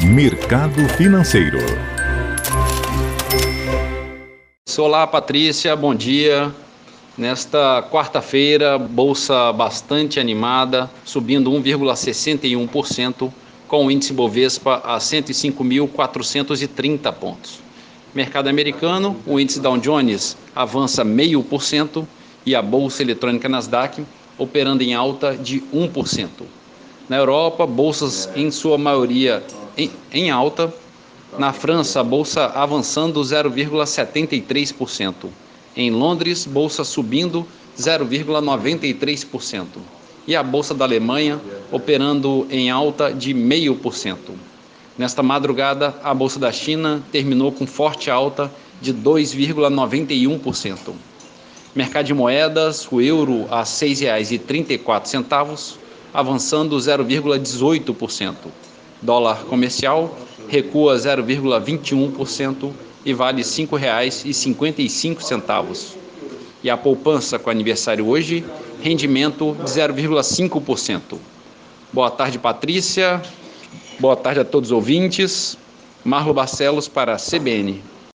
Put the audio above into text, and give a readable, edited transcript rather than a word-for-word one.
Mercado Financeiro. Olá, Patrícia, bom dia. Nesta quarta-feira, bolsa bastante animada, subindo 1,61%, com o índice Bovespa a 105.430 pontos. Mercado americano, o índice Dow Jones avança 0,5% e a bolsa eletrônica Nasdaq operando em alta de 1%. Na Europa, bolsas em sua maioria em alta. Na França, a bolsa avançando 0,73%. Em Londres, bolsa subindo 0,93%. E a bolsa da Alemanha operando em alta de 0,5%. Nesta madrugada, a bolsa da China terminou com forte alta de 2,91%. Mercado de moedas, o euro a R$ 6,34, avançando 0,18%. Dólar comercial recua 0,21% e vale R$ 5,55. E a poupança com aniversário hoje, rendimento de 0,5%. Boa tarde, Patrícia. Boa tarde a todos os ouvintes. Marlo Barcelos para a CBN.